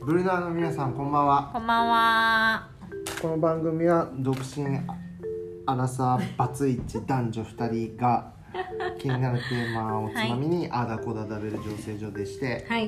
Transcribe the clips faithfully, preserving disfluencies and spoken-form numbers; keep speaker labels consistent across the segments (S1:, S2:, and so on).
S1: ブルナーの皆さんこんばんは。
S2: こんばんは。
S1: この番組は独身アラサーバツイチ男女ふたりが気になるテーマをつまみに、はい、あーだこーだ食べる醸成所でして、はい、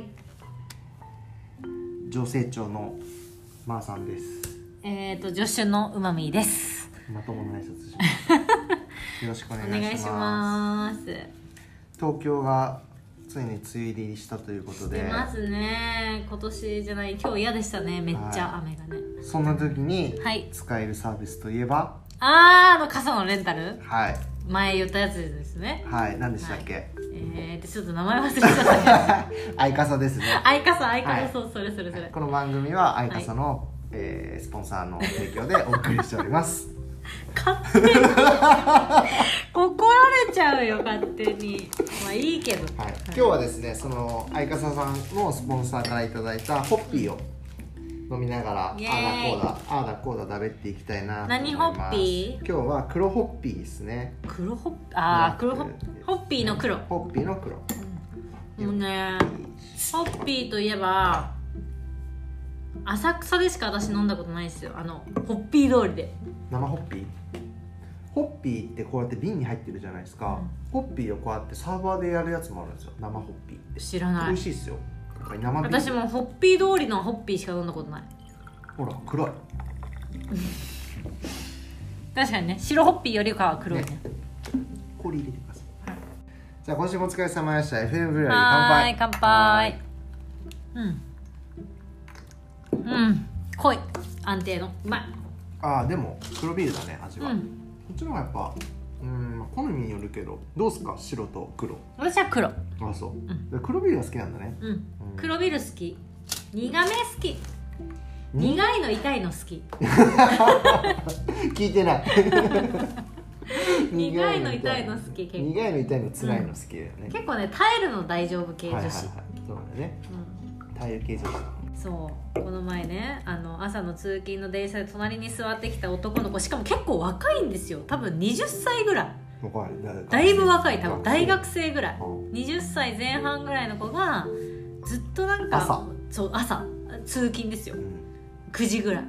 S1: 醸成長のまーさんです。
S2: えっと助手のうまみです。
S1: まともな挨拶しますよろしくお願いします。お願いします。東京がついに梅雨入りしたということで。
S2: してますね。今年じゃない今日嫌でしたね。めっちゃ雨がね、
S1: はい、そんな時に使えるサービスといえば、はい、
S2: あーあの傘のレンタル、
S1: はい、
S2: 前言ったやつですね。
S1: はい、何でしたっけ、はい、
S2: えー、ちょっと名前忘れちゃった
S1: アイカサですね。
S2: アイカサ、アイカサ、はい、そう、それそれそれ。
S1: この番組はアイカサの、はい、えー、スポンサーの提供でお送りしております
S2: 勝手に怒られちゃうよ、勝手に。まあいいけど、
S1: はい、今日はですね、そのアイカサさんのスポンサーからいただいたホッピーを飲みながら、あーだこーだあーだこーだ食べていきたいなと思います。
S2: 何ホッピー？
S1: 今日は黒ホッピーですね。
S2: 黒ホッピー、あー黒ホッホッピーの黒、
S1: ホッピーの黒、
S2: うん、もうね、ホッピーといえば浅草でしか私飲んだことないですよ。あのホッピー通りで
S1: 生ホッピーホッピーってこうやって瓶に入ってるじゃないですか、うん、ホッピーをこうやってサーバーでやるやつもあるんですよ。生ホッピーって
S2: 知らない。
S1: 美味しいですよ。生
S2: 私もホッピー通りのホッピーしか飲んだことない。
S1: ほら黒い
S2: 確かにね、白ホッピーよりかは黒いね。ね、
S1: 氷入れてください、はい、じゃあ今週もお疲れ様でした。 エフエム ブルワリー乾杯。
S2: 乾杯。うんうん濃い、安定のうまい。
S1: あーでも黒ビールだね味は、うん、こっちの方がやっぱうん好みによるけど。どうすか白と黒？
S2: 私は黒。
S1: あそう、うん、黒ビールが好きなんだね、
S2: うんうん、黒ビール好き。苦め好き。苦いの痛いの好き
S1: 聞いてない
S2: 苦いの痛いの好き。結構
S1: 苦いの痛いの辛いの好きだよね、うん、
S2: 結構ね耐えるの大丈夫系女子、はいはいはい、
S1: そうだね、うん、耐える系女子。
S2: そうこの前ね、あの朝の通勤の電車で隣に座ってきた男の子、しかも結構若いんですよ。多分はたちぐらい。
S1: 若い、
S2: だいぶ若い。多分大学生ぐらい、はたちぜん半ぐらいの子がずっとなんか
S1: 朝
S2: そう朝通勤ですよ、うん、くじぐらい、うん、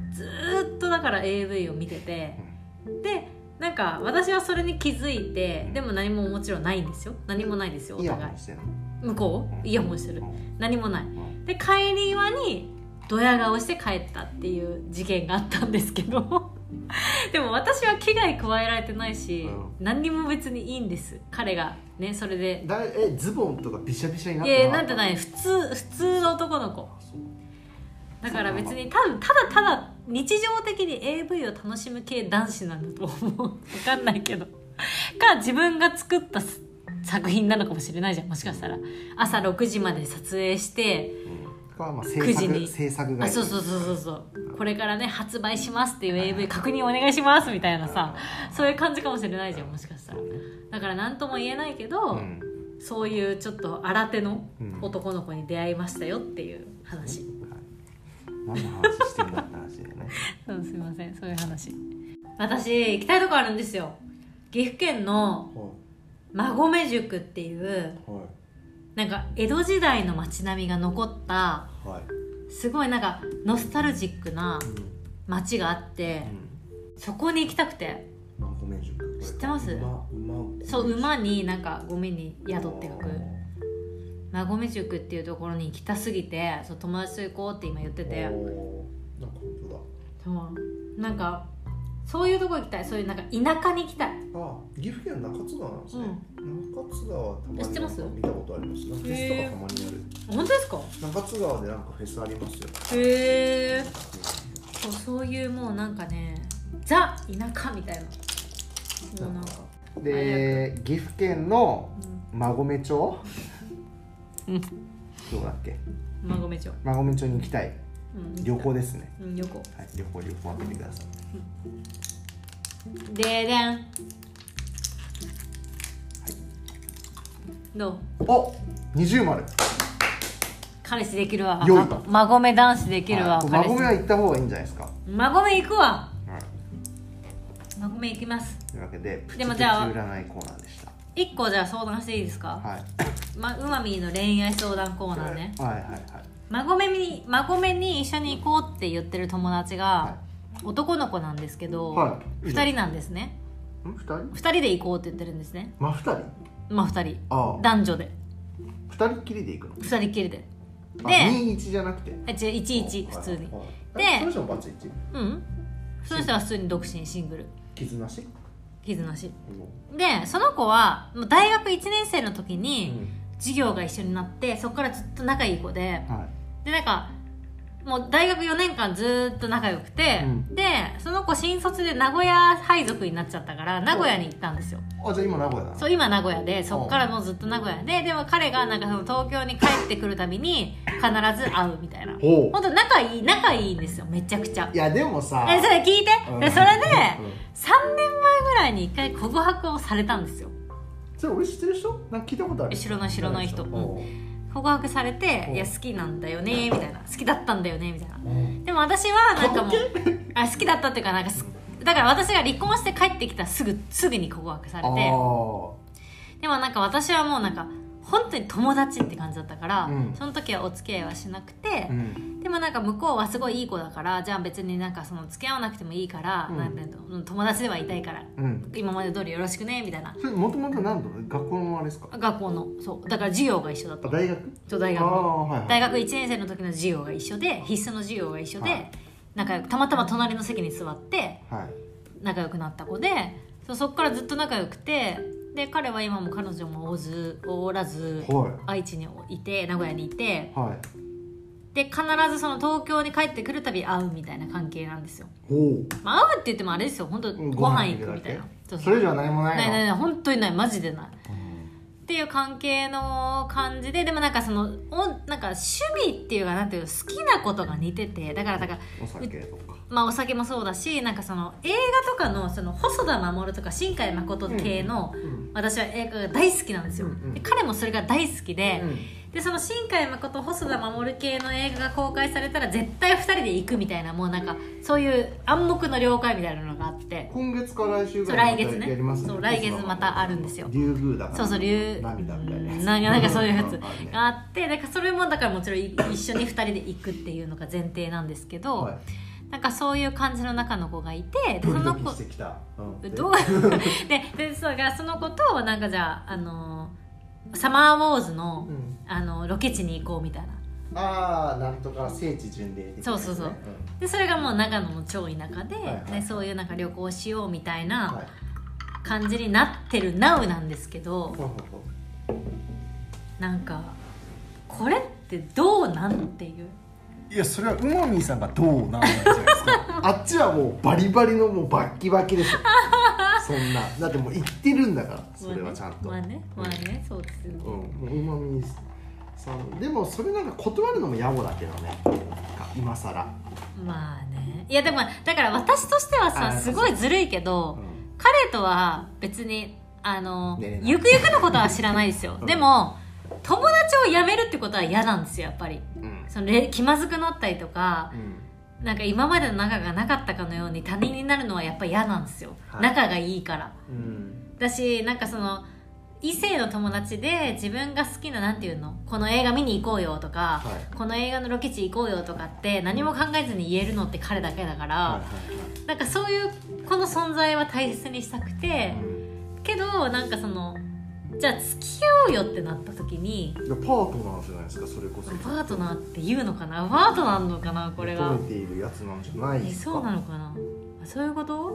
S2: ずっとだから エーブイ を見てて、うん、でなんか私はそれに気づいて、うん、でも何ももちろんないんですよ。何もないですよお互い。向こう、うん、イヤホンしてる、うん、何もない、うん、で帰り際にドヤ顔して帰ったっていう事件があったんですけどでも私は危害加えられてないし、うん、何にも別にいいんです。彼がねそれで
S1: だえズボンとかビシャビシャになって
S2: ない？いやなんてない、普通普通の男の子だから別に多分ただただ日常的に エーブイ を楽しむ系男子なんだと思う。分かんないけどか自分が作った作品なのかもしれないじゃん。もしかしたら朝ろくじまで撮影して、
S1: うん、まあ制作くじに制作会社、
S2: あそうそうそうそうそう、これからね発売しますっていう エーブイ 確認お願いしますみたいなさ、そういう感じかもしれないじゃんもしかしたら。だから何とも言えないけど、うん、そういうちょっと新手の男の子に出会いましたよっていう話、うん
S1: うん、何の話してんだって話だよね
S2: そうすいません、そういう話。私行きたいとこあるんですよ。岐阜県の馬込宿っていう、はい、なんか江戸時代の街並みが残った、はい、すごいなんかノスタルジックな街があって、うん、そこに行きたくて。
S1: 馬込宿
S2: 知ってます？
S1: 馬馬
S2: そう馬になんかゴミに宿って書く馬込宿っていうところに行きたすぎて、そう友達と行こうって今言ってて、
S1: なんか本当だ。
S2: そうなんかそういうとこ行きたい。そういうなんか田舎に行きたい。
S1: あ、岐阜県中津川なんですね、うん、中津川たまに
S2: 知ってます？
S1: 見たことあります。なんかフェスとかたまにやる。
S2: 本当ですか？
S1: 中津川でなんかフェスありますよ。
S2: へえ。そう、そういうもうなんかねザ田舎みたいな。もうなんか
S1: で岐阜県の馬込町、うん、どうだっけ？
S2: 馬込町。
S1: 馬込町に行きたい。うん、旅行ですね。
S2: うん、旅行。はい、
S1: 旅行旅行開けてください。
S2: うん、ででん。はい。どう？
S1: お、二重丸。
S2: 彼氏できるわ。
S1: 良い。
S2: 馬込男子できるわ。
S1: はい、馬込は行った方がいいんじゃないですか。
S2: 馬込行くわ。馬込行きます。
S1: というわけでプチプチ占いコーナーでした。
S2: 一個じゃあ相談していいですか？
S1: はい。
S2: まうまみーの恋愛相談コーナーね。
S1: はいはいはい。
S2: 馬込に馬込に一緒に行こうって言ってる友達が、
S1: は
S2: 男の子なんですけど、
S1: はい、
S2: ふたりなんですね。
S1: んふたり
S2: ふたりで行こうって言ってるんですね。
S1: まあふたり
S2: まあふたり
S1: ああ
S2: 男女で
S1: ふたりっきりで行くの
S2: ふたりっきりで
S1: でにいちじゃなくて
S2: え違ういちいち普通に、
S1: でその人もバツイチ
S2: うんその人は普通に独身シングル
S1: 傷なし
S2: 傷なしで、その子はもう大学いちねん生の時に授業が一緒になって、そこからずっと仲いい子で、
S1: は
S2: でなんかもう大学よねんかんずっと仲良くて、うん、でその子新卒で名古屋配属になっちゃったから名古屋に行ったんですよ。
S1: あ、じゃあ今名古屋だ。
S2: そう今名古屋で、そっからもうずっと名古屋で、でも彼がなんかその東京に帰ってくるたびに必ず会うみたいな。ほんと仲いい仲いいんですよ、めちゃくちゃ。
S1: いやでもさ
S2: えそれ聞いて、うん、でそれで、うん、さんねんまえぐらいにいっかい告白をされたんですよ。
S1: それ俺知ってる人なんか聞いたことある。
S2: 知らない知らない人、告白されて、いや好きなんだよねみたいな、好きだったんだよねみたいな。でも私はなんかもうあ好きだったっていうか、なんかだから私が離婚して帰ってきたらすぐすぐに告白されて、でもなんか私はもうなんか本当に友達って感じだったから、うん、その時はお付き合いはしなくて、うん、でもなんか向こうはすごいいい子だから、じゃあ別になんかその付き合わなくてもいいから、うん、なんていうの友達ではいたいから、うん、今まで通りよろしくねみたいな。
S1: それもともと何度学校のあれですか？
S2: 学校のそうだから授業が一緒だった。
S1: 大学？
S2: そう大学の、はいはい、大学いちねん生の時の授業が一緒で、必須の授業が一緒で、はい、仲良くたまたま隣の席に座って仲良くなった子で、そう、そっからずっと仲良くて、で彼は今も彼女もおずおらず、はい、愛知にいて名古屋にいて、はい、で必ずその東京に帰ってくるたび会うみたいな関係なんですよ。まあ、会うって言ってもあれですよ、本当ご飯行くみたいな。
S1: そうそう、それじゃ何もないの？
S2: ないないない、本当にない、マジでない、うん、っていう関係の感じで、でもなんかそのおなんか趣味っていうかなんていう好きなことが似てて、だからだから
S1: お酒とか、
S2: まあお酒もそうだし、なんかその映画とかのその細田守とか新海誠系の、うんうん、私は映画が大好きなんですよ、うんうん、で彼もそれが大好きで、うん、でその新海誠細田守系の映画が公開されたら絶対ふたりで行くみたいな、もうなんかそういう暗黙の了解みたいなのがあって、
S1: 今月か来週ぐらい
S2: 来月ね、そう来月またあるんですよ。
S1: 竜宮だから、
S2: そうそう竜
S1: 涙みたいなやつ、
S2: なんかそういうやつがあって、だからそれもだからもちろん一緒にふたりで行くっていうのが前提なんですけど、はい、なんかそういう感じの中の子がいて、でその子
S1: してきた、うん、
S2: どうででそがその子となんかじゃあ、あのサマーウォーズ の,、うん、あのロケ地に行こうみたいな。
S1: ああ、なんとか聖地巡礼的な、ね、
S2: そうそうそう、うん、でそれがもう長野の超田舎で、はいはい、でそういうなんか旅行しようみたいな感じになってる ナウ なんですけど、はい、なんかこれってどうなんっていう。
S1: いやそれはうまみさんがどうなんなんじゃないですかあっちはもうバリバリのもうバッキバキでしょそんなだってもう言ってるんだから、それはちゃんと、
S2: まあねまあね、まあね、そうですよね、
S1: うん、うまみさんでもそれなんか断るのも野暮だけどね、今更。
S2: まあね、いやでもだから私としてはさすごいずるいけど、うん、彼とは別にあのゆくゆくのことは知らないですよ、うん、でも友達を辞めるってことは嫌なんですよやっぱり、うん、その気まずくなったりとか、うん、なんか今までの仲がなかったかのように他人になるのはやっぱ嫌なんですよ、はい、仲がいいから、うん、だしなんかその異性の友達で自分が好きななんていうの、この映画見に行こうよとか、はい、この映画のロケ地行こうよとかって何も考えずに言えるのって彼だけだから、はいはいはい、なんかそういうこの存在は大切にしたくて、うん、けどなんかそのじゃあ付き合おうよってなった時に、
S1: パートナーじゃないですか、それこそ。
S2: パートナーって言うのかな、パートナーなのかな、これが
S1: 求めているやつなんじゃないですか。
S2: そうなのかな、そういうこと、うん、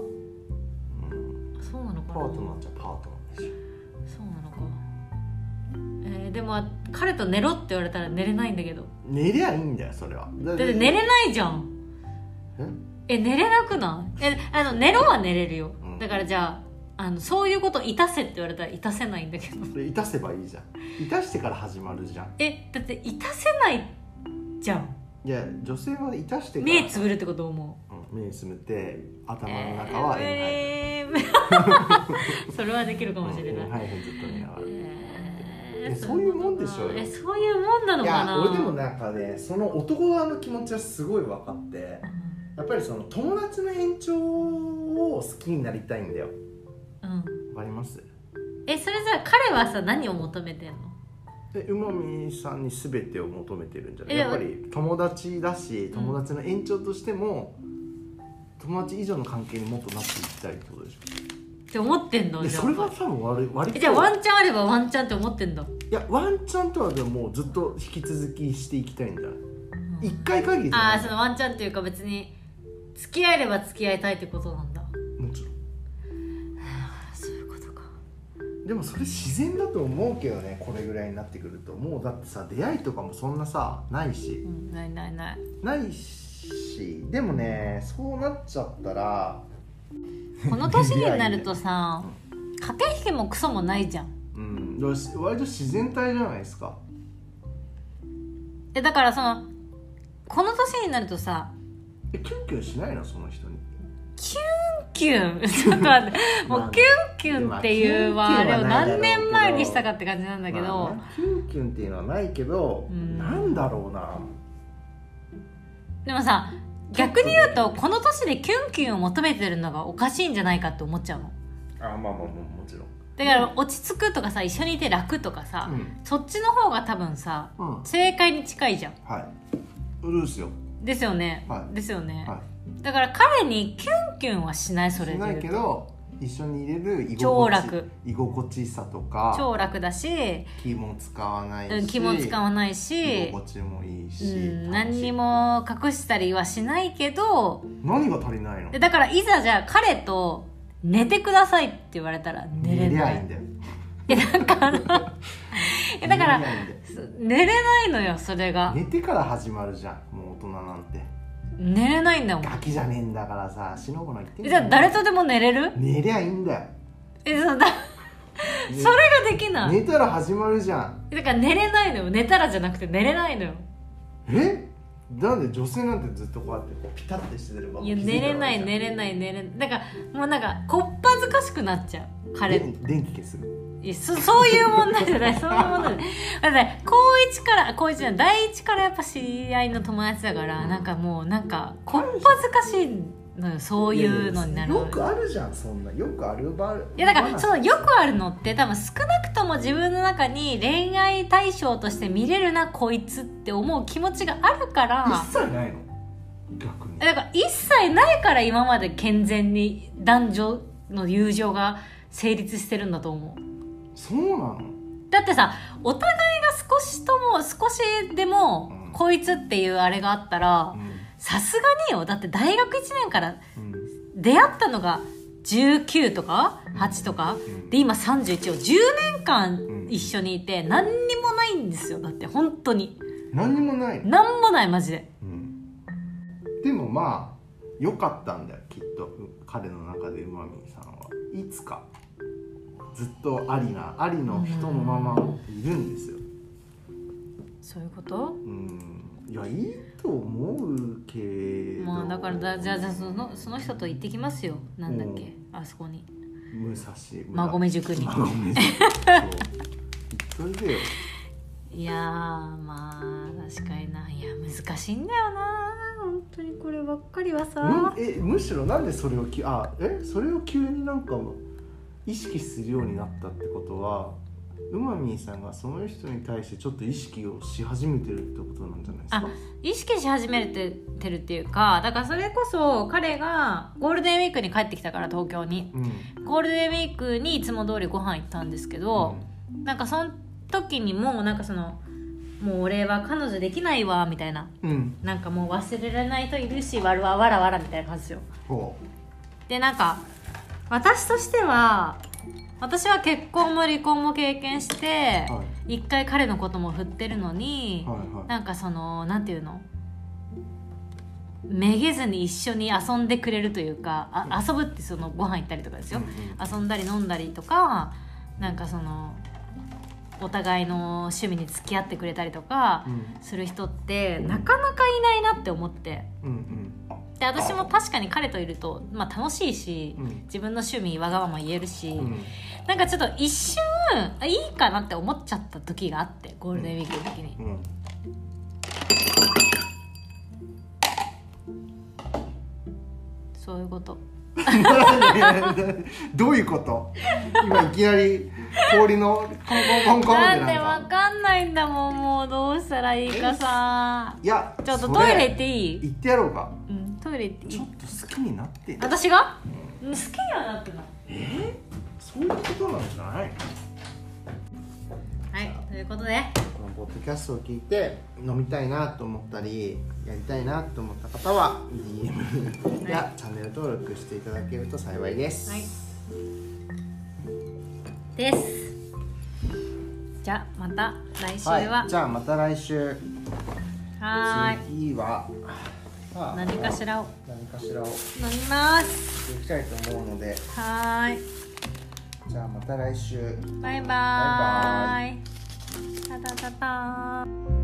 S2: そうなのかな。
S1: パートナーじゃパートナーでしょ。
S2: そうなのか、えー、でも彼と寝ろって言われたら寝れないんだけど。
S1: 寝りゃいいんだよそれは。
S2: だって寝れないじゃん。ええ寝れなくない？えあの寝ろは寝れるよ、うん、だからじゃああのそういうこといたせって言われたらいたせないんだけど。
S1: いたせばいいじゃん。いたしてから始まるじゃん。
S2: えだっていたせないじゃん。
S1: いや女性はいたして
S2: から目つぶるってこと思
S1: う、うん、目つぶって頭の中は
S2: 円入る、えー、それはできるかもしれない、
S1: うん、はいずっと見ながら、えー、そういうもんでしょうよ。
S2: えそういうもんなのかな。
S1: いや俺でもなんかねその男側の気持ちはすごい分かって、うん、やっぱりその友達の延長を好きになりたいんだよ。うん、わかります？
S2: えそれじゃあ彼はさ何を求めてんの？
S1: えうまみさんに全てを求めてるんじゃない？やっぱり友達だし、友達の延長としても、うん、友達以上の関係にもっとなっていきたいってことでしょ
S2: って思ってんの？じゃあ
S1: それが多分割割と
S2: じゃあワンチャンあればワンチャンって思ってんだ。
S1: いやワンチャンとはでもずっと引き続きしていきたいんじゃない？一、うん、回限りじゃない？
S2: ああそのワンチャンっていうか別に付き合えれば付き合いたいってことなんだ。
S1: もちろん。
S2: そういうことか。
S1: でもそれ自然だと思うけどね、これぐらいになってくると。もうだってさ出会いとかもそんなさないし、
S2: うん、ないないない
S1: ないし、でもねそうなっちゃったら
S2: この年になるとさ駆け引きもクソもないじゃん。
S1: うん、割と自然体じゃないですか。
S2: えだからそのこの年になるとさ
S1: えキュンキュンしないのその人に？
S2: キュンキュンちょっと待ってもうキュンキュンっていうはあれを何年前にしたかって感じなんだけど、まあね、
S1: キュンキュンっていうのはないけど、うん、なんだろうな。
S2: でもさ逆に言うとこの年でキュンキュンを求めてるのがおかしいんじゃないかって思っちゃうの。
S1: あまあまあもちろん
S2: だから落ち着くとかさ一緒にいて楽とかさ、うん、そっちの方が多分さ、うん、正解に近いじゃん。
S1: はい。うるすよ。
S2: ですよね、はい、ですよね、
S1: はい、
S2: だから彼にキュンキュンはしない。それで
S1: しないけど一緒にいれる居
S2: 心地
S1: 居心地さとか
S2: 超楽だし
S1: 気も使わないし、
S2: うん、気も使わないし
S1: 居心地もいいし、
S2: うん、何にも隠したりはしないけど
S1: 何が足りないの？
S2: だからいざじゃあ彼と寝てくださいって言われたら寝れない。寝りゃいいんだよ。いやだからだから寝れないのよ。それが
S1: 寝てから始まるじゃん。もう大人なんて
S2: 寝れないんだもん。
S1: ガキじゃねえんだからさ。しのごの言ってん
S2: じゃあ誰とでも寝れる？
S1: 寝りゃいいんだよ。
S2: えそだそれができない。
S1: 寝たら始まるじゃん。
S2: だから寝れないのよ。寝たらじゃなくて寝れないのよ。
S1: えなんで女性なんてずっとこうやってこうピタッてしてるばっかり。
S2: いや寝れない寝れない寝れない。だからもうなんかこっぱずかしくなっちゃう彼。
S1: 電気消す。
S2: いや そ, そういう問題じゃないそういう問題じゃないだって高一から高一じゃない第一からやっぱ知り合いの友達だから、うん、なんかもうなんかこっぱずかしいのよ。そういうのになる。
S1: いやいやよくあるじゃん。そんなよくある場合。い
S2: やだからそのよくあるのって多分少なくとも自分の中に恋愛対象として見れるなこいつって思う気持ちがあるから
S1: 一切ないの逆に。
S2: だから一切ないから今まで健全に男女の友情が成立してるんだと思う。
S1: そうなの？
S2: だってさお互いが少しとも少しでも、うん、こいつっていうあれがあったらさすがによ。だって大学いちねんから出会ったのがじゅうきゅうとかはちとか、うん、で今さんじゅういちをじゅうねんかん一緒にいて何にもないんですよ。だって本当に
S1: 何にもない。
S2: 何もないマジで、
S1: うん、でもまあ良かったんだよきっと。彼の中でうまみさんはいつかずっとありなありの人のままいるんですよ。
S2: そういうこと？
S1: うん。いやいいと思うけど。
S2: まあだからだじゃあじゃあそのその人と行ってきますよ。なんだっけあそこに。
S1: 武蔵
S2: 馬込塾に。
S1: 馬込塾。そう。それでよ。
S2: いやーまあ確かにな。いや難しいんだよな。本当にこればっかりはさ。
S1: えむしろなんでそれをきあえそれを急になんか意識するようになったってことはうまみーさんがその人に対してちょっと意識をし始めてるってことなんじゃないですか。
S2: あ意識し始めてるっていうかだからそれこそ彼がゴールデンウィークに帰ってきたから東京に、うん、ゴールデンウィークにいつも通りご飯行ったんですけど、うん、なんかその時にもなんかそのもう俺は彼女できないわみたいな、うん、なんかもう忘れられない人いるしわらわらわらみたいな感じですよ。でなんか私としては私は結婚も離婚も経験して、はい、一回彼のことも振ってるのに、はいはい、なんかそのなんていうのめげずに一緒に遊んでくれるというかあ遊ぶってそのご飯行ったりとかですよ、うんうん、遊んだり飲んだりとかなんかそのお互いの趣味に付き合ってくれたりとかする人ってなかなかいないなって思って、うんうんで私も確かに彼といると、まあ、楽しいし、うん、自分の趣味わがまま言えるし、うん、なんかちょっと一瞬いいかなって思っちゃった時があってゴールデンウィークの時に、うんうん、そういうこと
S1: どういうこと？今いきなり氷のコンコンコンコンって
S2: なんでわかんないんだもん。もうどうしたらいいかさ。
S1: いや
S2: ちょっとトイレ行っていい？
S1: 行ってやろうか。
S2: うん、トイレ行っていい？
S1: ちょっと好きになってんの。
S2: 私が？好きにはなってない。
S1: えー、そういうことなんじゃない？
S2: はい、ということで
S1: このポッドキャストを聞いて飲みたいなと思ったりやりたいなと思った方は ディーエム やチャンネル登録していただけると幸いです。
S2: はい、です。じゃあまた来週は、
S1: はい、じゃあまた来週。
S2: はーい。
S1: 次は
S2: 何かしらを
S1: 何かしらを
S2: 飲みます
S1: していきたいと思うので、
S2: はーい。
S1: じゃあまた来週。
S2: バイバーイ。
S1: バイバーイ。
S2: タタタター。